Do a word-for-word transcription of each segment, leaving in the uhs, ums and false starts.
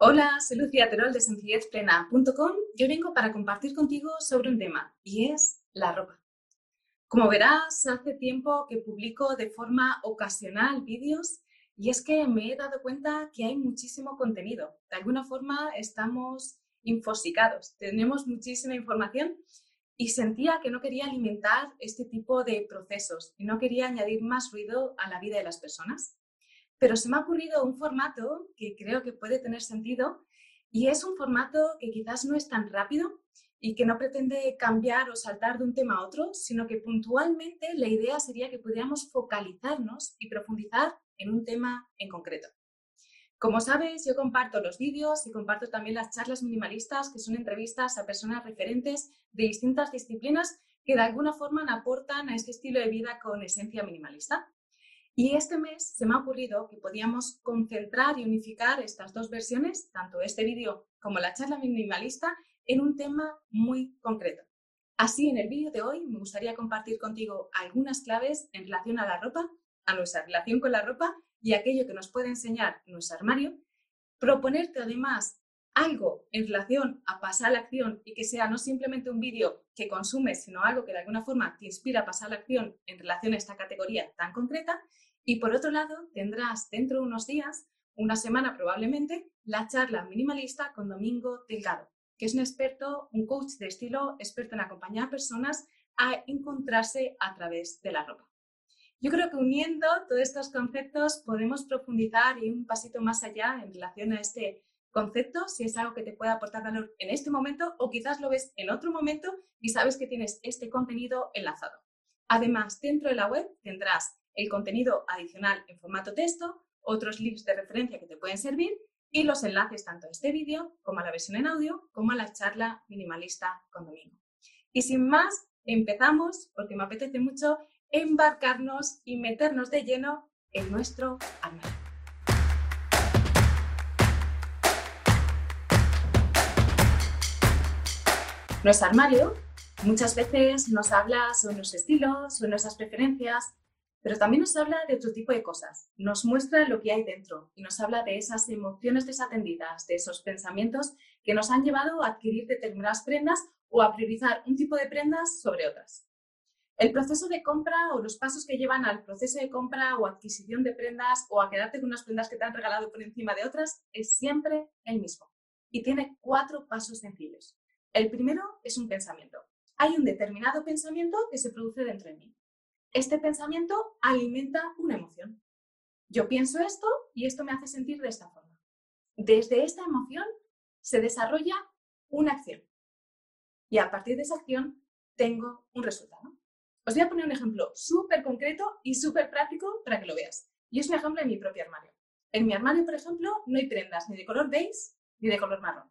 Hola, soy Lucía Terol de sencillez plena punto com. Yo vengo para compartir contigo sobre un tema y es la ropa. Como verás, hace tiempo que publico de forma ocasional vídeos y es que me he dado cuenta que hay muchísimo contenido. De alguna forma estamos infosicados, tenemos muchísima información y sentía que no quería alimentar este tipo de procesos y no quería añadir más ruido a la vida de las personas. Pero se me ha ocurrido un formato que creo que puede tener sentido y es un formato que quizás no es tan rápido y que no pretende cambiar o saltar de un tema a otro, sino que puntualmente la idea sería que pudiéramos focalizarnos y profundizar en un tema en concreto. Como sabes, yo comparto los vídeos y comparto también las charlas minimalistas, que son entrevistas a personas referentes de distintas disciplinas que de alguna forma aportan a este estilo de vida con esencia minimalista. Y este mes se me ha ocurrido que podíamos concentrar y unificar estas dos versiones, tanto este vídeo como la charla minimalista, en un tema muy concreto. Así, en el vídeo de hoy me gustaría compartir contigo algunas claves en relación a la ropa, a nuestra relación con la ropa y aquello que nos puede enseñar nuestro armario, proponerte además algo en relación a pasar a la acción y que sea no simplemente un vídeo que consumes, sino algo que de alguna forma te inspira a pasar a la acción en relación a esta categoría tan concreta. Y por otro lado, tendrás dentro de unos días, una semana probablemente, la charla minimalista con Domingo Delgado, que es un experto, un coach de estilo, experto en acompañar a personas a encontrarse a través de la ropa. Yo creo que uniendo todos estos conceptos podemos profundizar y ir un pasito más allá en relación a este concepto, si es algo que te puede aportar valor en este momento o quizás lo ves en otro momento y sabes que tienes este contenido enlazado. Además, dentro de la web tendrás el contenido adicional en formato texto, otros links de referencia que te pueden servir y los enlaces tanto a este vídeo como a la versión en audio como a la charla minimalista con Domingo. Y sin más, empezamos porque me apetece mucho embarcarnos y meternos de lleno en nuestro armario. Nuestro armario muchas veces nos habla sobre nuestros estilos, sobre nuestras preferencias, pero también nos habla de otro tipo de cosas. Nos muestra lo que hay dentro y nos habla de esas emociones desatendidas, de esos pensamientos que nos han llevado a adquirir determinadas prendas o a priorizar un tipo de prendas sobre otras. El proceso de compra o los pasos que llevan al proceso de compra o adquisición de prendas o a quedarte con unas prendas que te han regalado por encima de otras es siempre el mismo y tiene cuatro pasos sencillos. El primero es un pensamiento. Hay un determinado pensamiento que se produce dentro de mí. Este pensamiento alimenta una emoción. Yo pienso esto y esto me hace sentir de esta forma. Desde esta emoción se desarrolla una acción y a partir de esa acción tengo un resultado. Os voy a poner un ejemplo súper concreto y súper práctico para que lo veas. Y es un ejemplo de mi propio armario. En mi armario, por ejemplo, no hay prendas ni de color beige ni de color marrón.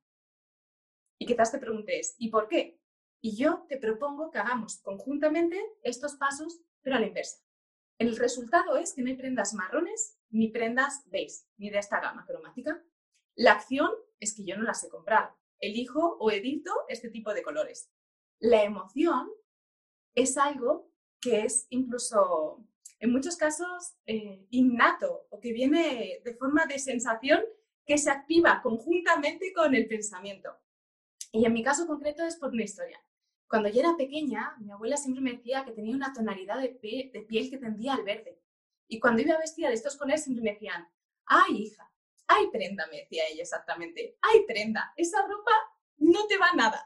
Y quizás te preguntes, ¿y por qué? Y yo te propongo que hagamos conjuntamente estos pasos, pero a la inversa. El resultado es que no hay prendas marrones ni prendas beige, ni de esta gama cromática. La acción es que yo no las he comprado. Elijo o edito este tipo de colores. La emoción es algo que es incluso, en muchos casos, eh, innato o que viene de forma de sensación que se activa conjuntamente con el pensamiento. Y en mi caso concreto es por una historia. Cuando yo era pequeña, mi abuela siempre me decía que tenía una tonalidad de, pe- de piel que tendía al verde. Y cuando iba vestida de estos colores siempre me decían, ¡ay, hija! ¡Ay, prenda! Me decía ella exactamente. ¡Ay, prenda! Esa ropa no te va nada.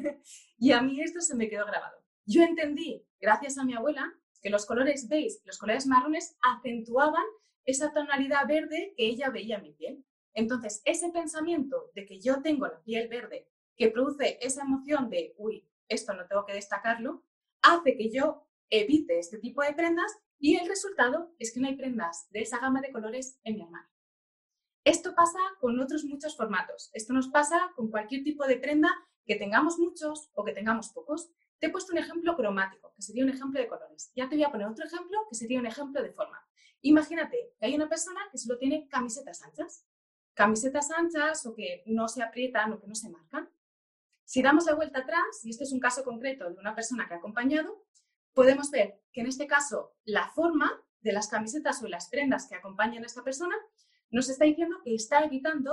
Y a mí esto se me quedó grabado. Yo entendí, gracias a mi abuela, que los colores beige y los colores marrones acentuaban esa tonalidad verde que ella veía en mi piel. Entonces, ese pensamiento de que yo tengo la piel verde, que produce esa emoción de, uy, esto no tengo que destacarlo, hace que yo evite este tipo de prendas y el resultado es que no hay prendas de esa gama de colores en mi armario. Esto pasa con otros muchos formatos. Esto nos pasa con cualquier tipo de prenda que tengamos muchos o que tengamos pocos. Te he puesto un ejemplo cromático, que sería un ejemplo de colores. Ya te voy a poner otro ejemplo, que sería un ejemplo de forma. Imagínate que hay una persona que solo tiene camisetas anchas. Camisetas anchas o que no se aprietan o que no se marcan. Si damos la vuelta atrás, y este es un caso concreto de una persona que ha acompañado, podemos ver que en este caso la forma de las camisetas o las prendas que acompañan a esta persona nos está diciendo que está evitando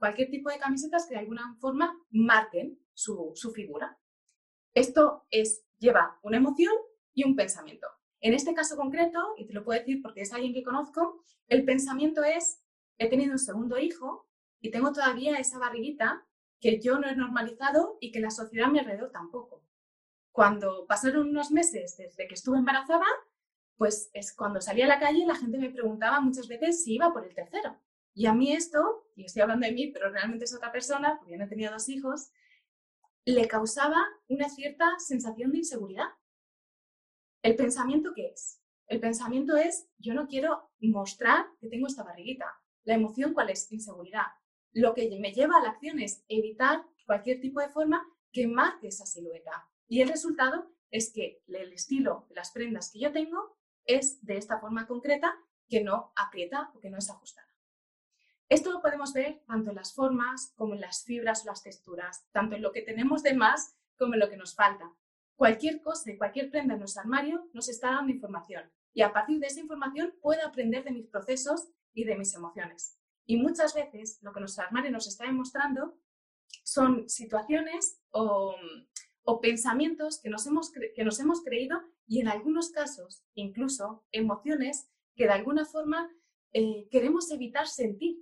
cualquier tipo de camisetas que de alguna forma marquen su, su figura. Esto es, lleva una emoción y un pensamiento. En este caso concreto, y te lo puedo decir porque es alguien que conozco, el pensamiento es, he tenido un segundo hijo y tengo todavía esa barriguita que yo no he normalizado y que la sociedad a mi alrededor tampoco. Cuando pasaron unos meses desde que estuve embarazada, pues es cuando salí a la calle la gente me preguntaba muchas veces si iba por el tercero. Y a mí esto, y estoy hablando de mí, pero realmente es otra persona, porque yo no tenía dos hijos, le causaba una cierta sensación de inseguridad. ¿El pensamiento qué es? El pensamiento es, yo no quiero mostrar que tengo esta barriguita. La emoción, ¿cuál es? Inseguridad. Lo que me lleva a la acción es evitar cualquier tipo de forma que marque esa silueta. Y el resultado es que el estilo de las prendas que yo tengo es de esta forma concreta que no aprieta o que no es ajustada. Esto lo podemos ver tanto en las formas como en las fibras o las texturas, tanto en lo que tenemos de más como en lo que nos falta. Cualquier cosa y cualquier prenda en nuestro armario nos está dando información y a partir de esa información puedo aprender de mis procesos y de mis emociones. Y muchas veces lo que nuestro armario nos está demostrando son situaciones o, o pensamientos que nos, hemos que nos hemos creído y en algunos casos incluso emociones que de alguna forma eh, queremos evitar sentir.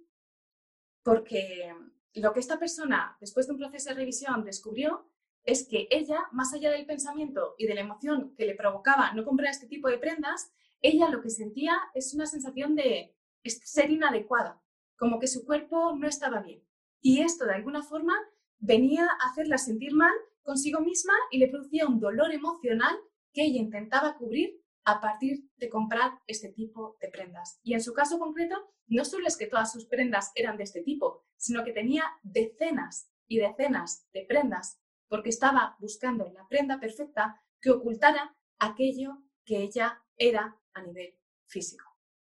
Porque lo que esta persona, después de un proceso de revisión, descubrió es que ella, más allá del pensamiento y de la emoción que le provocaba no comprar este tipo de prendas, ella lo que sentía es una sensación de ser inadecuada, como que su cuerpo no estaba bien. Y esto, de alguna forma, venía a hacerla sentir mal consigo misma y le producía un dolor emocional que ella intentaba cubrir a partir de comprar este tipo de prendas. Y en su caso concreto, no solo es que todas sus prendas eran de este tipo, sino que tenía decenas y decenas de prendas porque estaba buscando la prenda perfecta que ocultara aquello que ella era a nivel físico.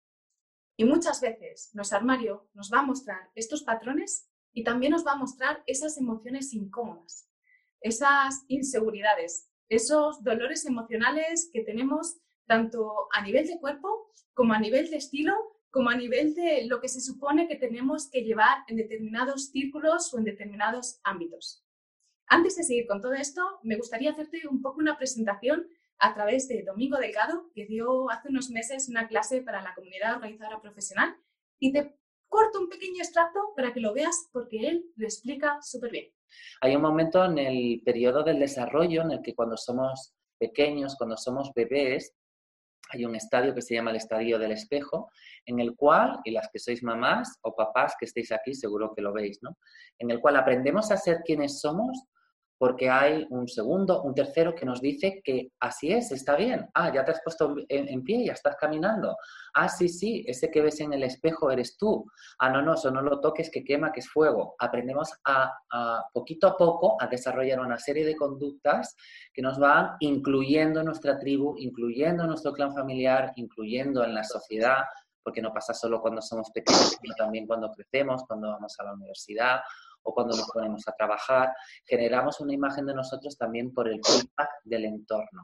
Y muchas veces nuestro armario nos va a mostrar estos patrones y también nos va a mostrar esas emociones incómodas, esas inseguridades, esos dolores emocionales que tenemos tanto a nivel de cuerpo como a nivel de estilo, como a nivel de lo que se supone que tenemos que llevar en determinados círculos o en determinados ámbitos. Antes de seguir con todo esto, me gustaría hacerte un poco una presentación a través de Domingo Delgado, que dio hace unos meses una clase para la comunidad organizadora profesional, y te corto un pequeño extracto para que lo veas porque él lo explica súper bien. Hay un momento en el periodo del desarrollo en el que cuando somos pequeños, cuando somos bebés, hay un estadio que se llama el estadio del espejo, en el cual, y las que sois mamás o papás que estéis aquí seguro que lo veis, ¿no? En el cual aprendemos a ser quienes somos porque hay un segundo, un tercero que nos dice que así es, está bien. Ah, ya te has puesto en, en pie, ya estás caminando. Ah, sí, sí, ese que ves en el espejo eres tú. Ah, no, no, eso no lo toques, que quema, que es fuego. Aprendemos a, a poquito a poco a desarrollar una serie de conductas que nos van incluyendo en nuestra tribu, incluyendo en nuestro clan familiar, incluyendo en la sociedad, porque no pasa solo cuando somos pequeños, sino también cuando crecemos, cuando vamos a la universidad o cuando nos ponemos a trabajar, generamos una imagen de nosotros también por el feedback del entorno.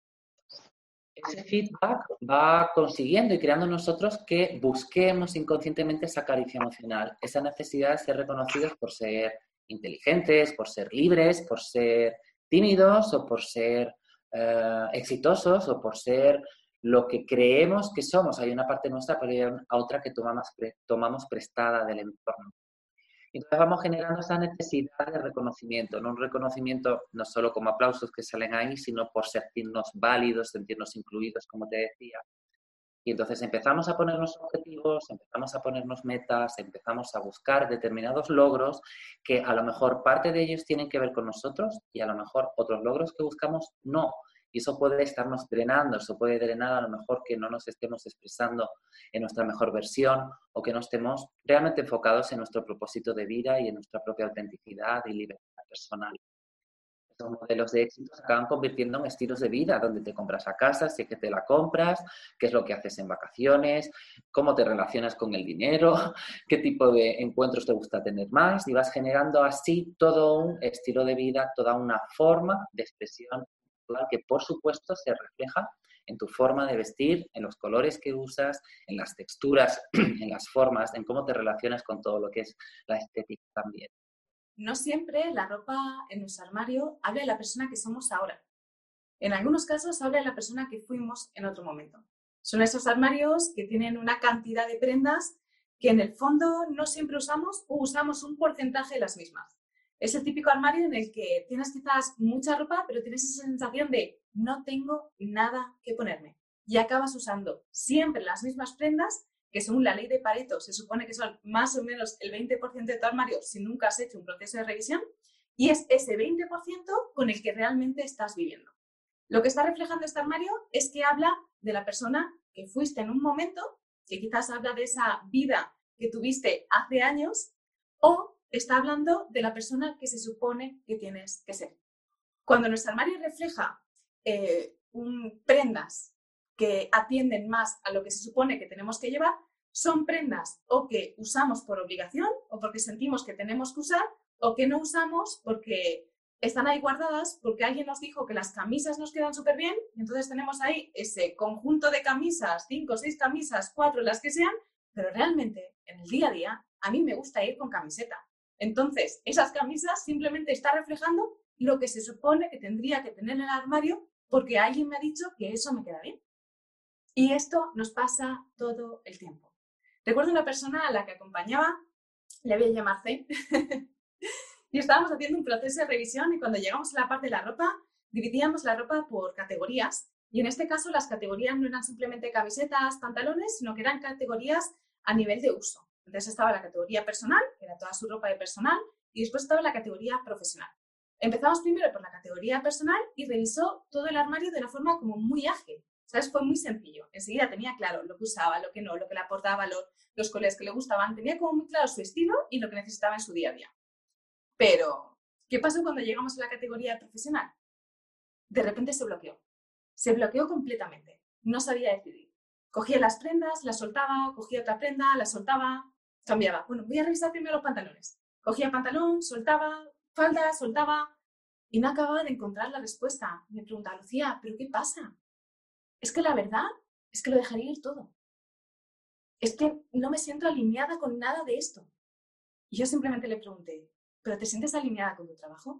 Ese feedback va consiguiendo y creando en nosotros que busquemos inconscientemente esa caricia emocional, esa necesidad de ser reconocidos por ser inteligentes, por ser libres, por ser tímidos o por ser eh, exitosos o por ser lo que creemos que somos. Hay una parte nuestra, pero hay otra que tomamos, tomamos prestada del entorno. Entonces vamos generando esa necesidad de reconocimiento, no un reconocimiento no solo como aplausos que salen ahí, sino por sentirnos válidos, sentirnos incluidos, como te decía. Y entonces empezamos a ponernos objetivos, empezamos a ponernos metas, empezamos a buscar determinados logros que a lo mejor parte de ellos tienen que ver con nosotros y a lo mejor otros logros que buscamos no. Y eso puede estarnos drenando, eso puede drenar a lo mejor que no nos estemos expresando en nuestra mejor versión o que no estemos realmente enfocados en nuestro propósito de vida y en nuestra propia autenticidad y libertad personal. Estos modelos de éxito se acaban convirtiendo en estilos de vida, donde te compras la casa, si es que te la compras, qué es lo que haces en vacaciones, cómo te relacionas con el dinero, qué tipo de encuentros te gusta tener más, y vas generando así todo un estilo de vida, toda una forma de expresión que por supuesto se refleja en tu forma de vestir, en los colores que usas, en las texturas, en las formas, en cómo te relacionas con todo lo que es la estética también. No siempre la ropa en nuestro armario habla de la persona que somos ahora. En algunos casos habla de la persona que fuimos en otro momento. Son esos armarios que tienen una cantidad de prendas que en el fondo no siempre usamos o usamos un porcentaje de las mismas. Es el típico armario en el que tienes quizás mucha ropa, pero tienes esa sensación de no tengo nada que ponerme. Y acabas usando siempre las mismas prendas, que según la ley de Pareto se supone que son más o menos el veinte por ciento de tu armario si nunca has hecho un proceso de revisión, y es ese veinte por ciento con el que realmente estás viviendo. Lo que está reflejando este armario es que habla de la persona que fuiste en un momento, que quizás habla de esa vida que tuviste hace años, o está hablando de la persona que se supone que tienes que ser. Cuando nuestro armario refleja eh, un, prendas que atienden más a lo que se supone que tenemos que llevar, son prendas o que usamos por obligación o porque sentimos que tenemos que usar, o que no usamos porque están ahí guardadas porque alguien nos dijo que las camisas nos quedan súper bien, y entonces tenemos ahí ese conjunto de camisas, cinco o seis camisas, cuatro, las que sean, pero realmente en el día a día a mí me gusta ir con camiseta. Entonces, esas camisas simplemente están reflejando lo que se supone que tendría que tener en el armario porque alguien me ha dicho que eso me queda bien. Y esto nos pasa todo el tiempo. Recuerdo una persona a la que acompañaba, le voy a llamar C, y estábamos haciendo un proceso de revisión, y cuando llegamos a la parte de la ropa, dividíamos la ropa por categorías, y en este caso las categorías no eran simplemente camisetas, pantalones, sino que eran categorías a nivel de uso. Entonces estaba la categoría personal, que era toda su ropa de personal, y después estaba la categoría profesional. Empezamos primero por la categoría personal y revisó todo el armario de una forma como muy ágil. ¿Sabes? Fue muy sencillo. Enseguida tenía claro lo que usaba, lo que no, lo que le aportaba valor, los colores que le gustaban. Tenía como muy claro su estilo y lo que necesitaba en su día a día. Pero, ¿qué pasó cuando llegamos a la categoría profesional? De repente se bloqueó. Se bloqueó completamente. No sabía decidir. Cogía las prendas, las soltaba, cogía otra prenda, las soltaba, cambiaba. Bueno, voy a revisar primero los pantalones. Cogía pantalón, soltaba, falda, soltaba, y no acababa de encontrar la respuesta. Me preguntaba, Lucía, ¿pero qué pasa? Es que la verdad es que lo dejaría ir todo. Es que no me siento alineada con nada de esto. Y yo simplemente le pregunté, ¿pero te sientes alineada con tu trabajo?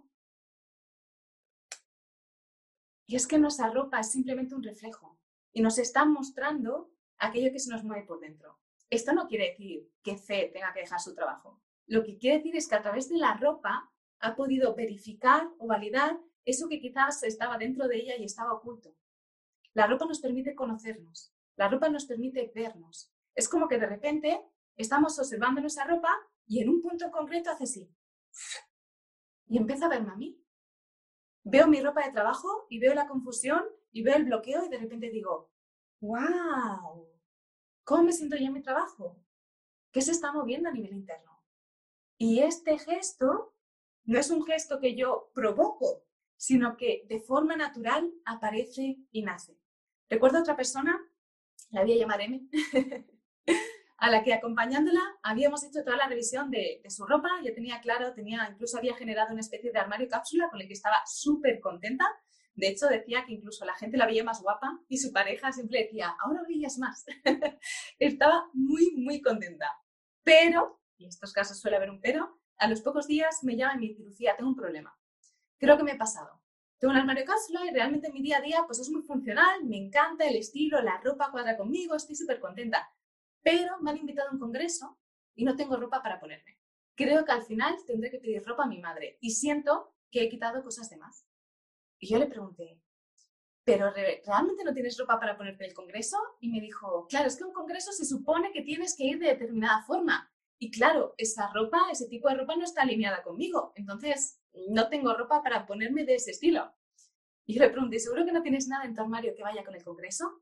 Y es que nuestra ropa es simplemente un reflejo y nos está mostrando aquello que se nos mueve por dentro. Esto no quiere decir que C tenga que dejar su trabajo. Lo que quiere decir es que a través de la ropa ha podido verificar o validar eso que quizás estaba dentro de ella y estaba oculto. La ropa nos permite conocernos, la ropa nos permite vernos. Es como que de repente estamos observando nuestra ropa y en un punto en concreto hace así. Y empieza a verme a mí. Veo mi ropa de trabajo y veo la confusión y veo el bloqueo y de repente digo, ¡wow! ¿Cómo me siento yo en mi trabajo? ¿Qué se está moviendo a nivel interno? Y este gesto no es un gesto que yo provoco, sino que de forma natural aparece y nace. Recuerdo a otra persona, la voy a llamar M, a la que acompañándola habíamos hecho toda la revisión de, de su ropa. Ya tenía claro, tenía, incluso había generado una especie de armario cápsula con el que estaba súper contenta. De hecho, decía que incluso la gente la veía más guapa y su pareja siempre decía, ahora brillas más. Estaba muy, muy contenta. Pero, y en estos casos suele haber un pero, a los pocos días me llama y me dice, Lucía, tengo un problema. Creo que me he pasado. Tengo un armario cápsula y realmente mi día a día pues es muy funcional, me encanta el estilo, la ropa cuadra conmigo, estoy súper contenta. Pero me han invitado a un congreso y no tengo ropa para ponerme. Creo que al final tendré que pedir ropa a mi madre y siento que he quitado cosas de más. Y yo le pregunté, ¿pero re- realmente no tienes ropa para ponerte en el congreso? Y me dijo, claro, es que en un congreso se supone que tienes que ir de determinada forma. Y claro, esa ropa, ese tipo de ropa no está alineada conmigo. Entonces, no tengo ropa para ponerme de ese estilo. Y yo le pregunté, ¿seguro que no tienes nada en tu armario que vaya con el congreso?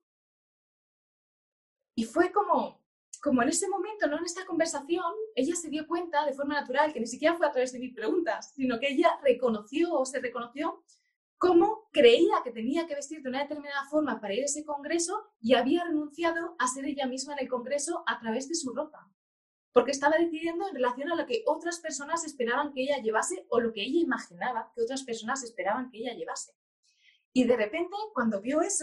Y fue como, como en ese momento, no en esta conversación, ella se dio cuenta de forma natural, que ni siquiera fue a través de mis preguntas, sino que ella reconoció o se reconoció cómo creía que tenía que vestir de una determinada forma para ir a ese congreso y había renunciado a ser ella misma en el congreso a través de su ropa. Porque estaba decidiendo en relación a lo que otras personas esperaban que ella llevase o lo que ella imaginaba que otras personas esperaban que ella llevase. Y de repente, cuando vio eso,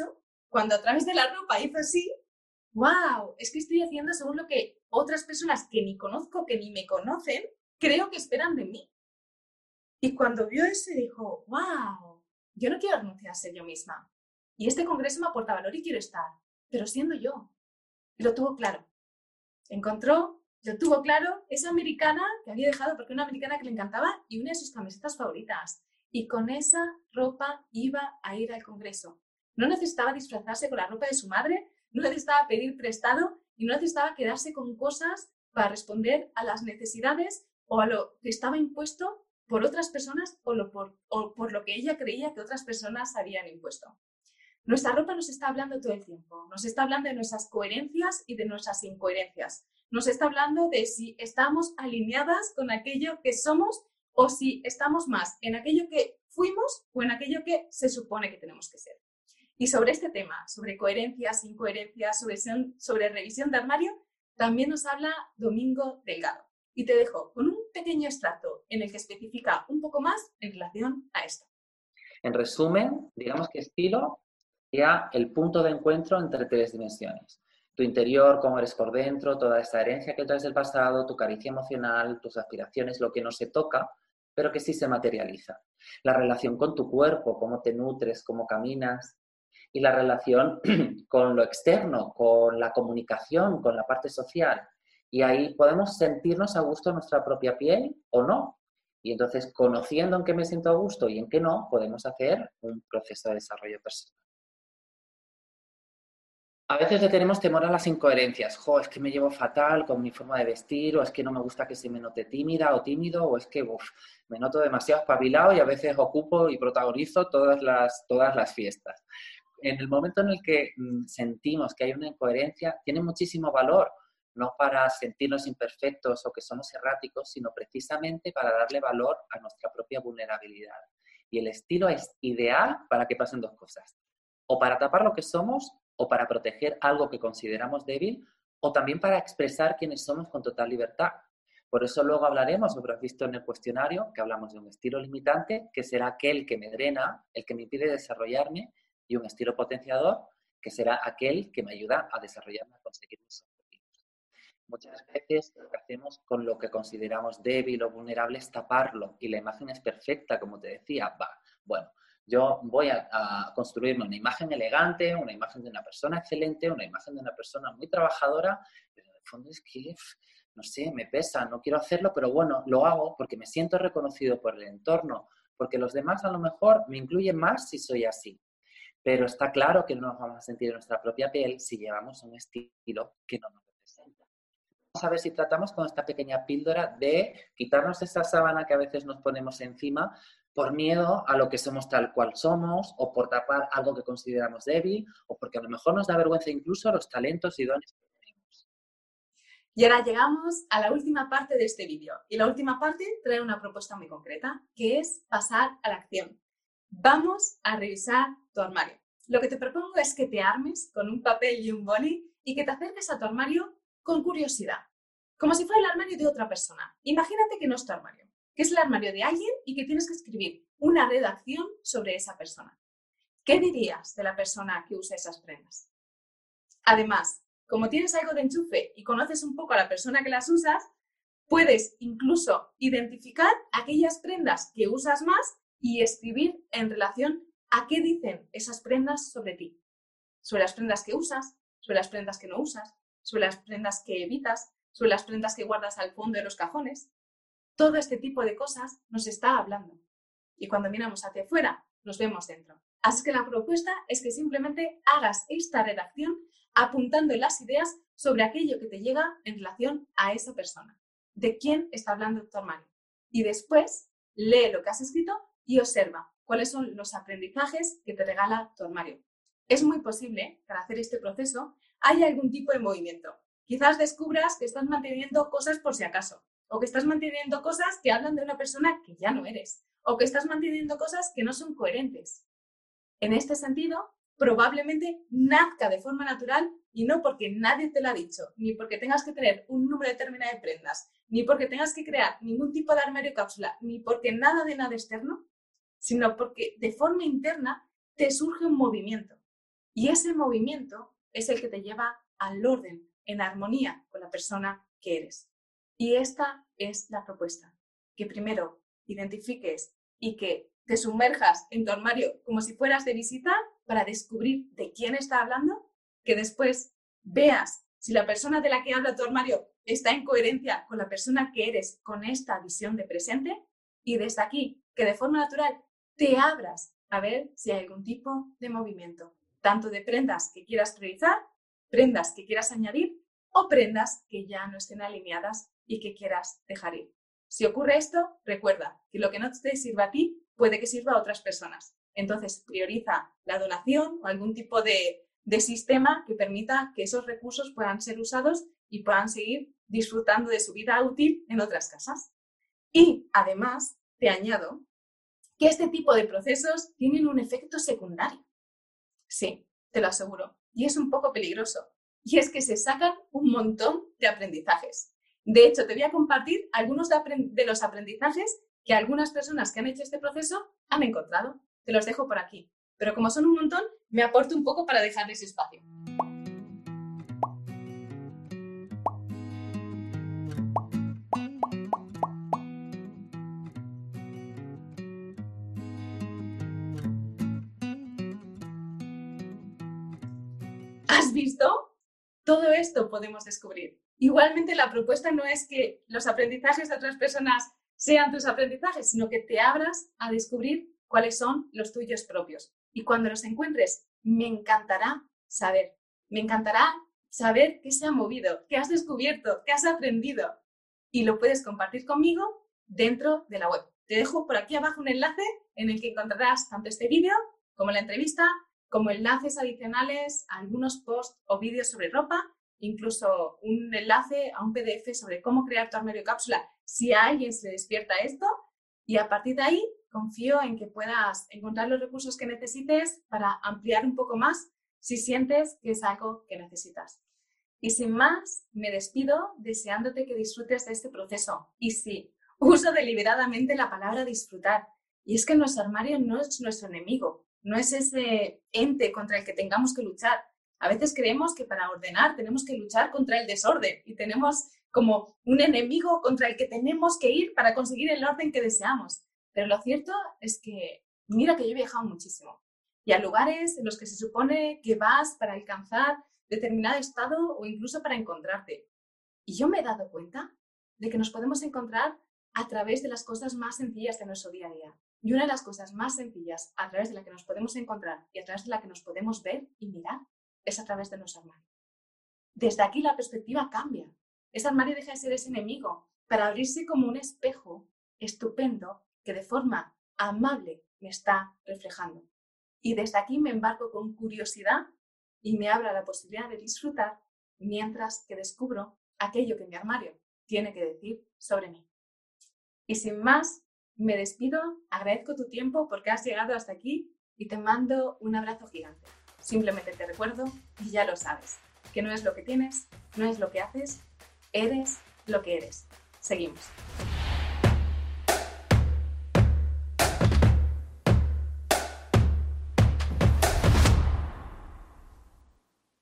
cuando a través de la ropa hizo así, wow, es que estoy haciendo según lo que otras personas que ni conozco, que ni me conocen, creo que esperan de mí. Y cuando vio eso dijo, wow, yo no quiero renunciar a ser yo misma. Y este congreso me aporta valor y quiero estar, pero siendo yo. Y lo tuvo claro. Encontró, lo tuvo claro, esa americana que había dejado porque era una americana que le encantaba y una de sus camisetas favoritas. Y con esa ropa iba a ir al congreso. No necesitaba disfrazarse con la ropa de su madre, no necesitaba pedir prestado y no necesitaba quedarse con cosas para responder a las necesidades o a lo que estaba impuesto por otras personas o, lo por, o por lo que ella creía que otras personas habían impuesto. Nuestra ropa nos está hablando todo el tiempo, nos está hablando de nuestras coherencias y de nuestras incoherencias, nos está hablando de si estamos alineadas con aquello que somos o si estamos más en aquello que fuimos o en aquello que se supone que tenemos que ser. Y sobre este tema, sobre coherencias, incoherencias, sobre, sobre revisión de armario, también nos habla Domingo Delgado. Y te dejo con un pequeño extracto en el que especifica un poco más en relación a esto. En resumen, digamos que estilo sería el punto de encuentro entre tres dimensiones. Tu interior, cómo eres por dentro, toda esta herencia que traes del pasado, tu caricia emocional, tus aspiraciones, lo que no se toca, pero que sí se materializa. La relación con tu cuerpo, cómo te nutres, cómo caminas. Y la relación con lo externo, con la comunicación, con la parte social. Y ahí podemos sentirnos a gusto en nuestra propia piel o no. Y entonces, conociendo en qué me siento a gusto y en qué no, podemos hacer un proceso de desarrollo personal. A veces le tenemos temor a las incoherencias. Jo, es que me llevo fatal con mi forma de vestir, o es que no me gusta que se me note tímida o tímido, o es que uf, me noto demasiado espabilado y a veces ocupo y protagonizo todas las, todas las fiestas. En el momento en el que mm, sentimos que hay una incoherencia, tiene muchísimo valor, no para sentirnos imperfectos o que somos erráticos, sino precisamente para darle valor a nuestra propia vulnerabilidad. Y el estilo es ideal para que pasen dos cosas. O para tapar lo que somos, o para proteger algo que consideramos débil, o también para expresar quiénes somos con total libertad. Por eso luego hablaremos, lo habrás visto en el cuestionario, que hablamos de un estilo limitante, que será aquel que me drena, el que me impide desarrollarme, y un estilo potenciador, que será aquel que me ayuda a desarrollarme, a conseguir mis objetivos. Muchas veces lo que hacemos con lo que consideramos débil o vulnerable es taparlo, y la imagen es perfecta, como te decía, va, bueno, yo voy a, a construirme una imagen elegante, una imagen de una persona excelente, una imagen de una persona muy trabajadora, pero en el fondo es que, no sé, me pesa, no quiero hacerlo, pero bueno, lo hago porque me siento reconocido por el entorno, porque los demás a lo mejor me incluyen más si soy así. Pero está claro que no nos vamos a sentir en nuestra propia piel si llevamos un estilo que no nos representa. Vamos a ver si tratamos con esta pequeña píldora de quitarnos esa sábana que a veces nos ponemos encima por miedo a lo que somos tal cual somos, o por tapar algo que consideramos débil, o porque a lo mejor nos da vergüenza incluso los talentos y dones que tenemos. Y ahora llegamos a la última parte de este vídeo. Y la última parte trae una propuesta muy concreta, que es pasar a la acción. Vamos a revisar tu armario. Lo que te propongo es que te armes con un papel y un boli y que te acerques a tu armario con curiosidad, como si fuera el armario de otra persona. Imagínate que no es tu armario, que es el armario de alguien y que tienes que escribir una redacción sobre esa persona. ¿Qué dirías de la persona que usa esas prendas? Además, como tienes algo de enchufe y conoces un poco a la persona que las usas, puedes incluso identificar aquellas prendas que usas más y escribir en relación a qué dicen esas prendas sobre ti. Sobre las prendas que usas, sobre las prendas que no usas, sobre las prendas que evitas, sobre las prendas que guardas al fondo de los cajones. Todo este tipo de cosas nos está hablando. Y cuando miramos hacia afuera, nos vemos dentro. Así que la propuesta es que simplemente hagas esta redacción apuntando en las ideas sobre aquello que te llega en relación a esa persona. ¿De quién está hablando tu armario? Y después lee lo que has escrito y observa cuáles son los aprendizajes que te regala tu armario. Es muy posible que al hacer este proceso haya algún tipo de movimiento. Quizás descubras que estás manteniendo cosas por si acaso, o que estás manteniendo cosas que hablan de una persona que ya no eres, o que estás manteniendo cosas que no son coherentes. En este sentido, probablemente nazca de forma natural y no porque nadie te lo ha dicho, ni porque tengas que tener un número determinado de prendas, ni porque tengas que crear ningún tipo de armario cápsula, ni porque nada de nada externo, sino porque de forma interna te surge un movimiento. Y ese movimiento es el que te lleva al orden, en armonía con la persona que eres. Y esta es la propuesta, que primero identifiques y que te sumerjas en tu armario como si fueras de visita para descubrir de quién está hablando, que después veas si la persona de la que habla tu armario está en coherencia con la persona que eres, con esta visión de presente, y desde aquí, que de forma natural te abras a ver si hay algún tipo de movimiento, tanto de prendas que quieras priorizar, prendas que quieras añadir o prendas que ya no estén alineadas y que quieras dejar ir. Si ocurre esto, recuerda que lo que no te sirva a ti puede que sirva a otras personas. Entonces, prioriza la donación o algún tipo de, de sistema que permita que esos recursos puedan ser usados y puedan seguir disfrutando de su vida útil en otras casas. Y además, te añado que este tipo de procesos tienen un efecto secundario. Sí, te lo aseguro. Y es un poco peligroso. Y es que se sacan un montón de aprendizajes. De hecho, te voy a compartir algunos de, de los aprendizajes que algunas personas que han hecho este proceso han encontrado. Te los dejo por aquí. Pero como son un montón, me aporto un poco para dejarles espacio. ¿Has visto? Todo esto podemos descubrir. Igualmente, la propuesta no es que los aprendizajes de otras personas sean tus aprendizajes, sino que te abras a descubrir cuáles son los tuyos propios. Y cuando los encuentres, me encantará saber. Me encantará saber qué se ha movido, qué has descubierto, qué has aprendido. Y lo puedes compartir conmigo dentro de la web. Te dejo por aquí abajo un enlace en el que encontrarás tanto este vídeo como la entrevista, como enlaces adicionales a algunos posts o vídeos sobre ropa, incluso un enlace a un P D F sobre cómo crear tu armario cápsula si a alguien se le despierta esto. Y a partir de ahí, confío en que puedas encontrar los recursos que necesites para ampliar un poco más si sientes que es algo que necesitas. Y sin más, me despido deseándote que disfrutes de este proceso. Y sí, uso deliberadamente la palabra disfrutar. Y es que nuestro armario no es nuestro enemigo. No es ese ente contra el que tengamos que luchar. A veces creemos que para ordenar tenemos que luchar contra el desorden y tenemos como un enemigo contra el que tenemos que ir para conseguir el orden que deseamos. Pero lo cierto es que, mira que yo he viajado muchísimo y a lugares en los que se supone que vas para alcanzar determinado estado o incluso para encontrarte. Y yo me he dado cuenta de que nos podemos encontrar a través de las cosas más sencillas de nuestro día a día. Y una de las cosas más sencillas a través de la que nos podemos encontrar y a través de la que nos podemos ver y mirar es a través de nuestro armario. Desde aquí la perspectiva cambia. Ese armario deja de ser ese enemigo para abrirse como un espejo estupendo que de forma amable me está reflejando. Y desde aquí me embarco con curiosidad y me abro a la posibilidad de disfrutar mientras que descubro aquello que mi armario tiene que decir sobre mí. Y sin más, me despido, agradezco tu tiempo porque has llegado hasta aquí y te mando un abrazo gigante. Simplemente te recuerdo, y ya lo sabes, que no es lo que tienes, no es lo que haces, eres lo que eres. Seguimos.